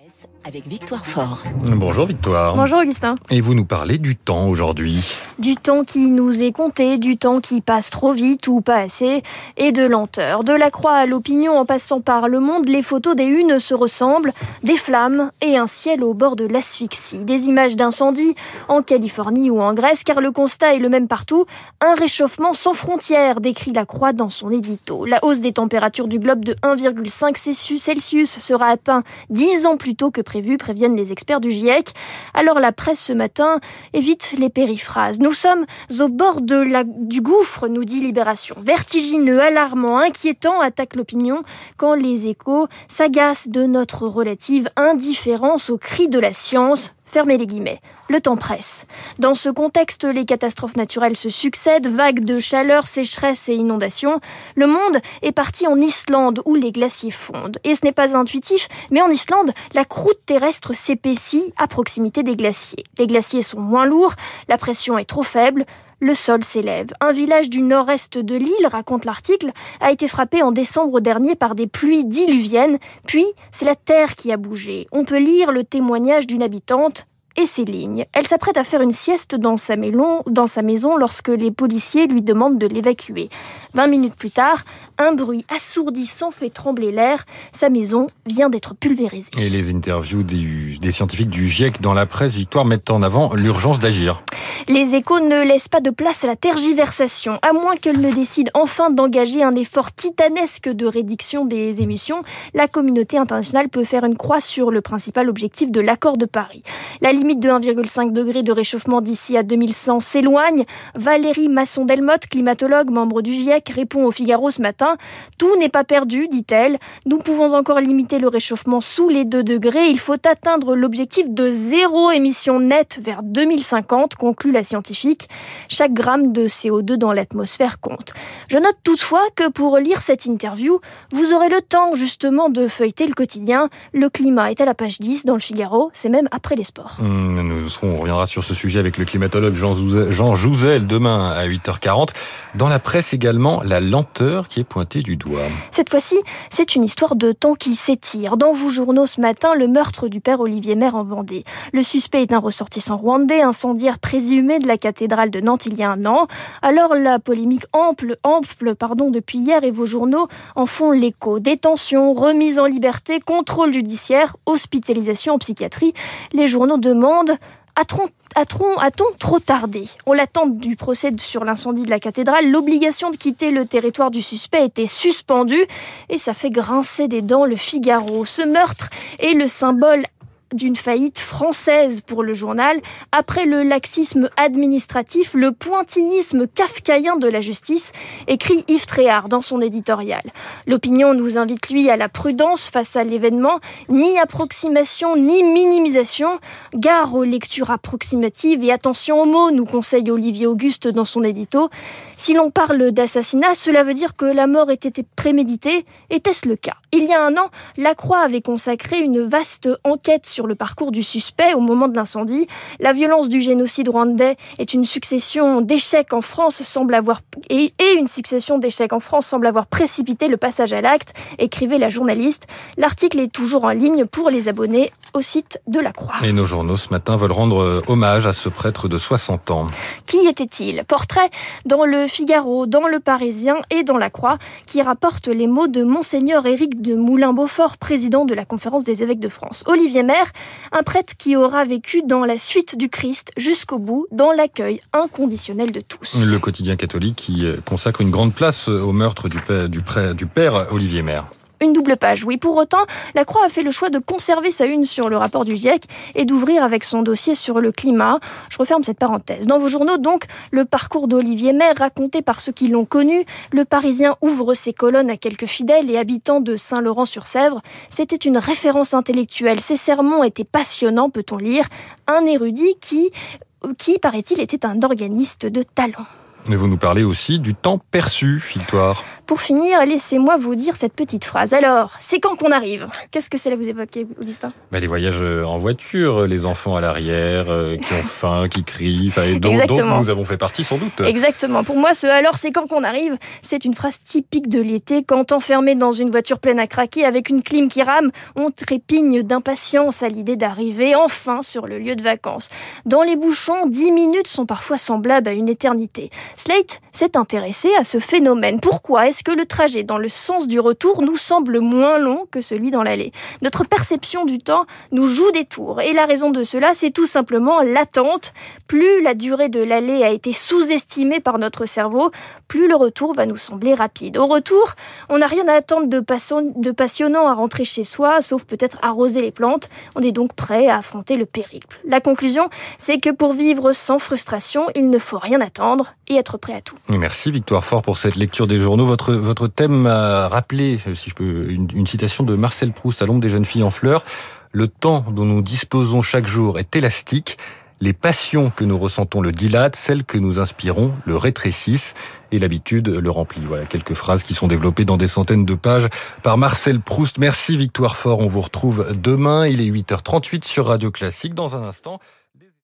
Avec Victoire Fort. Bonjour Victoire. Bonjour Augustin. Et vous nous parlez du temps aujourd'hui. Du temps qui nous est compté, du temps qui passe trop vite ou pas assez, et de lenteur. De la Croix à l'Opinion en passant par Le Monde, les photos des unes se ressemblent, des flammes et un ciel au bord de l'asphyxie. Des images d'incendie en Californie ou en Grèce, car le constat est le même partout. Un réchauffement sans frontières, décrit la Croix dans son édito. La hausse des températures du globe de 1,5 Celsius sera atteinte 10 ans plus tôt que prévu, préviennent les experts du GIEC. Alors la presse ce matin évite les périphrases. Nous sommes au bord du gouffre, nous dit Libération. Vertigineux, alarmant, inquiétant, attaque l'Opinion quand les Échos s'agacent de notre relative indifférence aux cris de la science. Fermez les guillemets. Le temps presse. Dans ce contexte, les catastrophes naturelles se succèdent, vagues de chaleur, sécheresse et inondations. Le monde est parti en Islande où les glaciers fondent. Et ce n'est pas intuitif, mais en Islande, la croûte terrestre s'épaissit à proximité des glaciers. Les glaciers sont moins lourds, la pression est trop faible. Le sol s'élève. Un village du nord-est de l'île, raconte l'article, a été frappé en décembre dernier par des pluies diluviennes. Puis, c'est la terre qui a bougé. On peut lire le témoignage d'une habitante et ses lignes. Elle s'apprête à faire une sieste dans sa maison lorsque les policiers lui demandent de l'évacuer. 20 minutes plus tard, un bruit assourdissant fait trembler l'air. Sa maison vient d'être pulvérisée. Et les interviews des scientifiques du GIEC dans la presse, Victoire, mettent en avant l'urgence d'agir. Les Échos ne laissent pas de place à la tergiversation, à moins qu'elle ne décide enfin d'engager un effort titanesque de réduction des émissions. La communauté internationale peut faire une croix sur le principal objectif de l'accord de Paris. La limite de 1,5 degré de réchauffement d'ici à 2100 s'éloigne. Valérie Masson-Delmotte, climatologue, membre du GIEC, répond au Figaro ce matin. Tout n'est pas perdu, dit-elle. Nous pouvons encore limiter le réchauffement sous les 2 degrés. Il faut atteindre l'objectif de 0 émission nette vers 2050, conclut la scientifique. Chaque gramme de CO2 dans l'atmosphère compte. Je note toutefois que pour lire cette interview, vous aurez le temps justement de feuilleter le quotidien. Le climat est à la page 10 dans le Figaro, c'est même après les sports. On reviendra sur ce sujet avec le climatologue Jean Jouzel demain à 8h40. Dans la presse également, la lenteur qui est pointée du doigt. Cette fois-ci, c'est une histoire de temps qui s'étire. Dans vos journaux ce matin, le meurtre du père Olivier Maire en Vendée. Le suspect est un ressortissant rwandais, incendiaire présumé de la cathédrale de Nantes il y a un an. Alors la polémique ample depuis hier et vos journaux en font l'écho. Détention, remise en liberté, contrôle judiciaire, hospitalisation en psychiatrie. Les journaux demandent: a-t-on trop tardé ? On l'attente du procès sur l'incendie de la cathédrale. L'obligation de quitter le territoire du suspect était suspendue et ça fait grincer des dents le Figaro. Ce meurtre est le symbole d'une faillite française pour le journal. Après le laxisme administratif, le pointillisme kafkaïen de la justice, écrit Yves Tréhard dans son éditorial. L'Opinion nous invite, lui, à la prudence face à l'événement. Ni approximation, ni minimisation. Gare aux lectures approximatives et attention aux mots, nous conseille Olivier Auguste dans son édito. Si l'on parle d'assassinat, cela veut dire que la mort était préméditée. Était-ce le cas ? Il y a un an, la Croix avait consacré une vaste enquête sur le parcours du suspect au moment de l'incendie. La violence du génocide rwandais est une succession d'échecs en France semble avoir précipité le passage à l'acte, écrivait la journaliste. L'article est toujours en ligne pour les abonnés au site de la Croix. Et nos journaux ce matin veulent rendre hommage à ce prêtre de 60 ans. Qui était-il ? Portrait dans le Figaro, dans le Parisien et dans la Croix, qui rapporte les mots de Monseigneur Éric de Moulin-Beaufort, président de la Conférence des évêques de France. Olivier Maire, un prêtre qui aura vécu dans la suite du Christ jusqu'au bout, dans l'accueil inconditionnel de tous. Le quotidien catholique qui consacre une grande place au meurtre du père Olivier Maire. Une double page, oui. Pour autant, la Croix a fait le choix de conserver sa une sur le rapport du GIEC et d'ouvrir avec son dossier sur le climat. Je referme cette parenthèse. Dans vos journaux, donc, le parcours d'Olivier Maire raconté par ceux qui l'ont connu. Le Parisien ouvre ses colonnes à quelques fidèles et habitants de Saint-Laurent-sur-Sèvre. C'était une référence intellectuelle. Ses sermons étaient passionnants, peut-on lire. Un érudit qui paraît-il, était un organiste de talent. Et vous nous parlez aussi du temps perçu, Victoire. Pour finir, laissez-moi vous dire cette petite phrase. Alors, c'est quand qu'on arrive? Qu'est-ce que cela vous évoque, Augustin? Les voyages en voiture, les enfants à l'arrière, qui ont faim, qui crient, et dont nous avons fait partie sans doute. Exactement. Pour moi, alors c'est quand qu'on arrive, c'est une phrase typique de l'été. Quand enfermé dans une voiture pleine à craquer avec une clim qui rame, on trépigne d'impatience à l'idée d'arriver enfin sur le lieu de vacances. Dans les bouchons, 10 minutes sont parfois semblables à une éternité. Slate s'est intéressé à ce phénomène. Pourquoi est-ce que le trajet dans le sens du retour nous semble moins long que celui dans l'aller? Notre perception du temps nous joue des tours. Et la raison de cela, c'est tout simplement l'attente. Plus la durée de l'aller a été sous-estimée par notre cerveau, plus le retour va nous sembler rapide. Au retour, on n'a rien à attendre de passionnant à rentrer chez soi, sauf peut-être arroser les plantes. On est donc prêt à affronter le périple. La conclusion, c'est que pour vivre sans frustration, il ne faut rien attendre et être prêt à tout. Merci Victoire Fort pour cette lecture des journaux. Votre thème m'a rappelé, si je peux, une citation de Marcel Proust à l'ombre des jeunes filles en fleurs. Le temps dont nous disposons chaque jour est élastique. Les passions que nous ressentons le dilatent, celles que nous inspirons le rétrécissent et l'habitude le remplit. Voilà quelques phrases qui sont développées dans des centaines de pages par Marcel Proust. Merci Victoire Fort, on vous retrouve demain. Il est 8h38 sur Radio Classique. Dans un instant...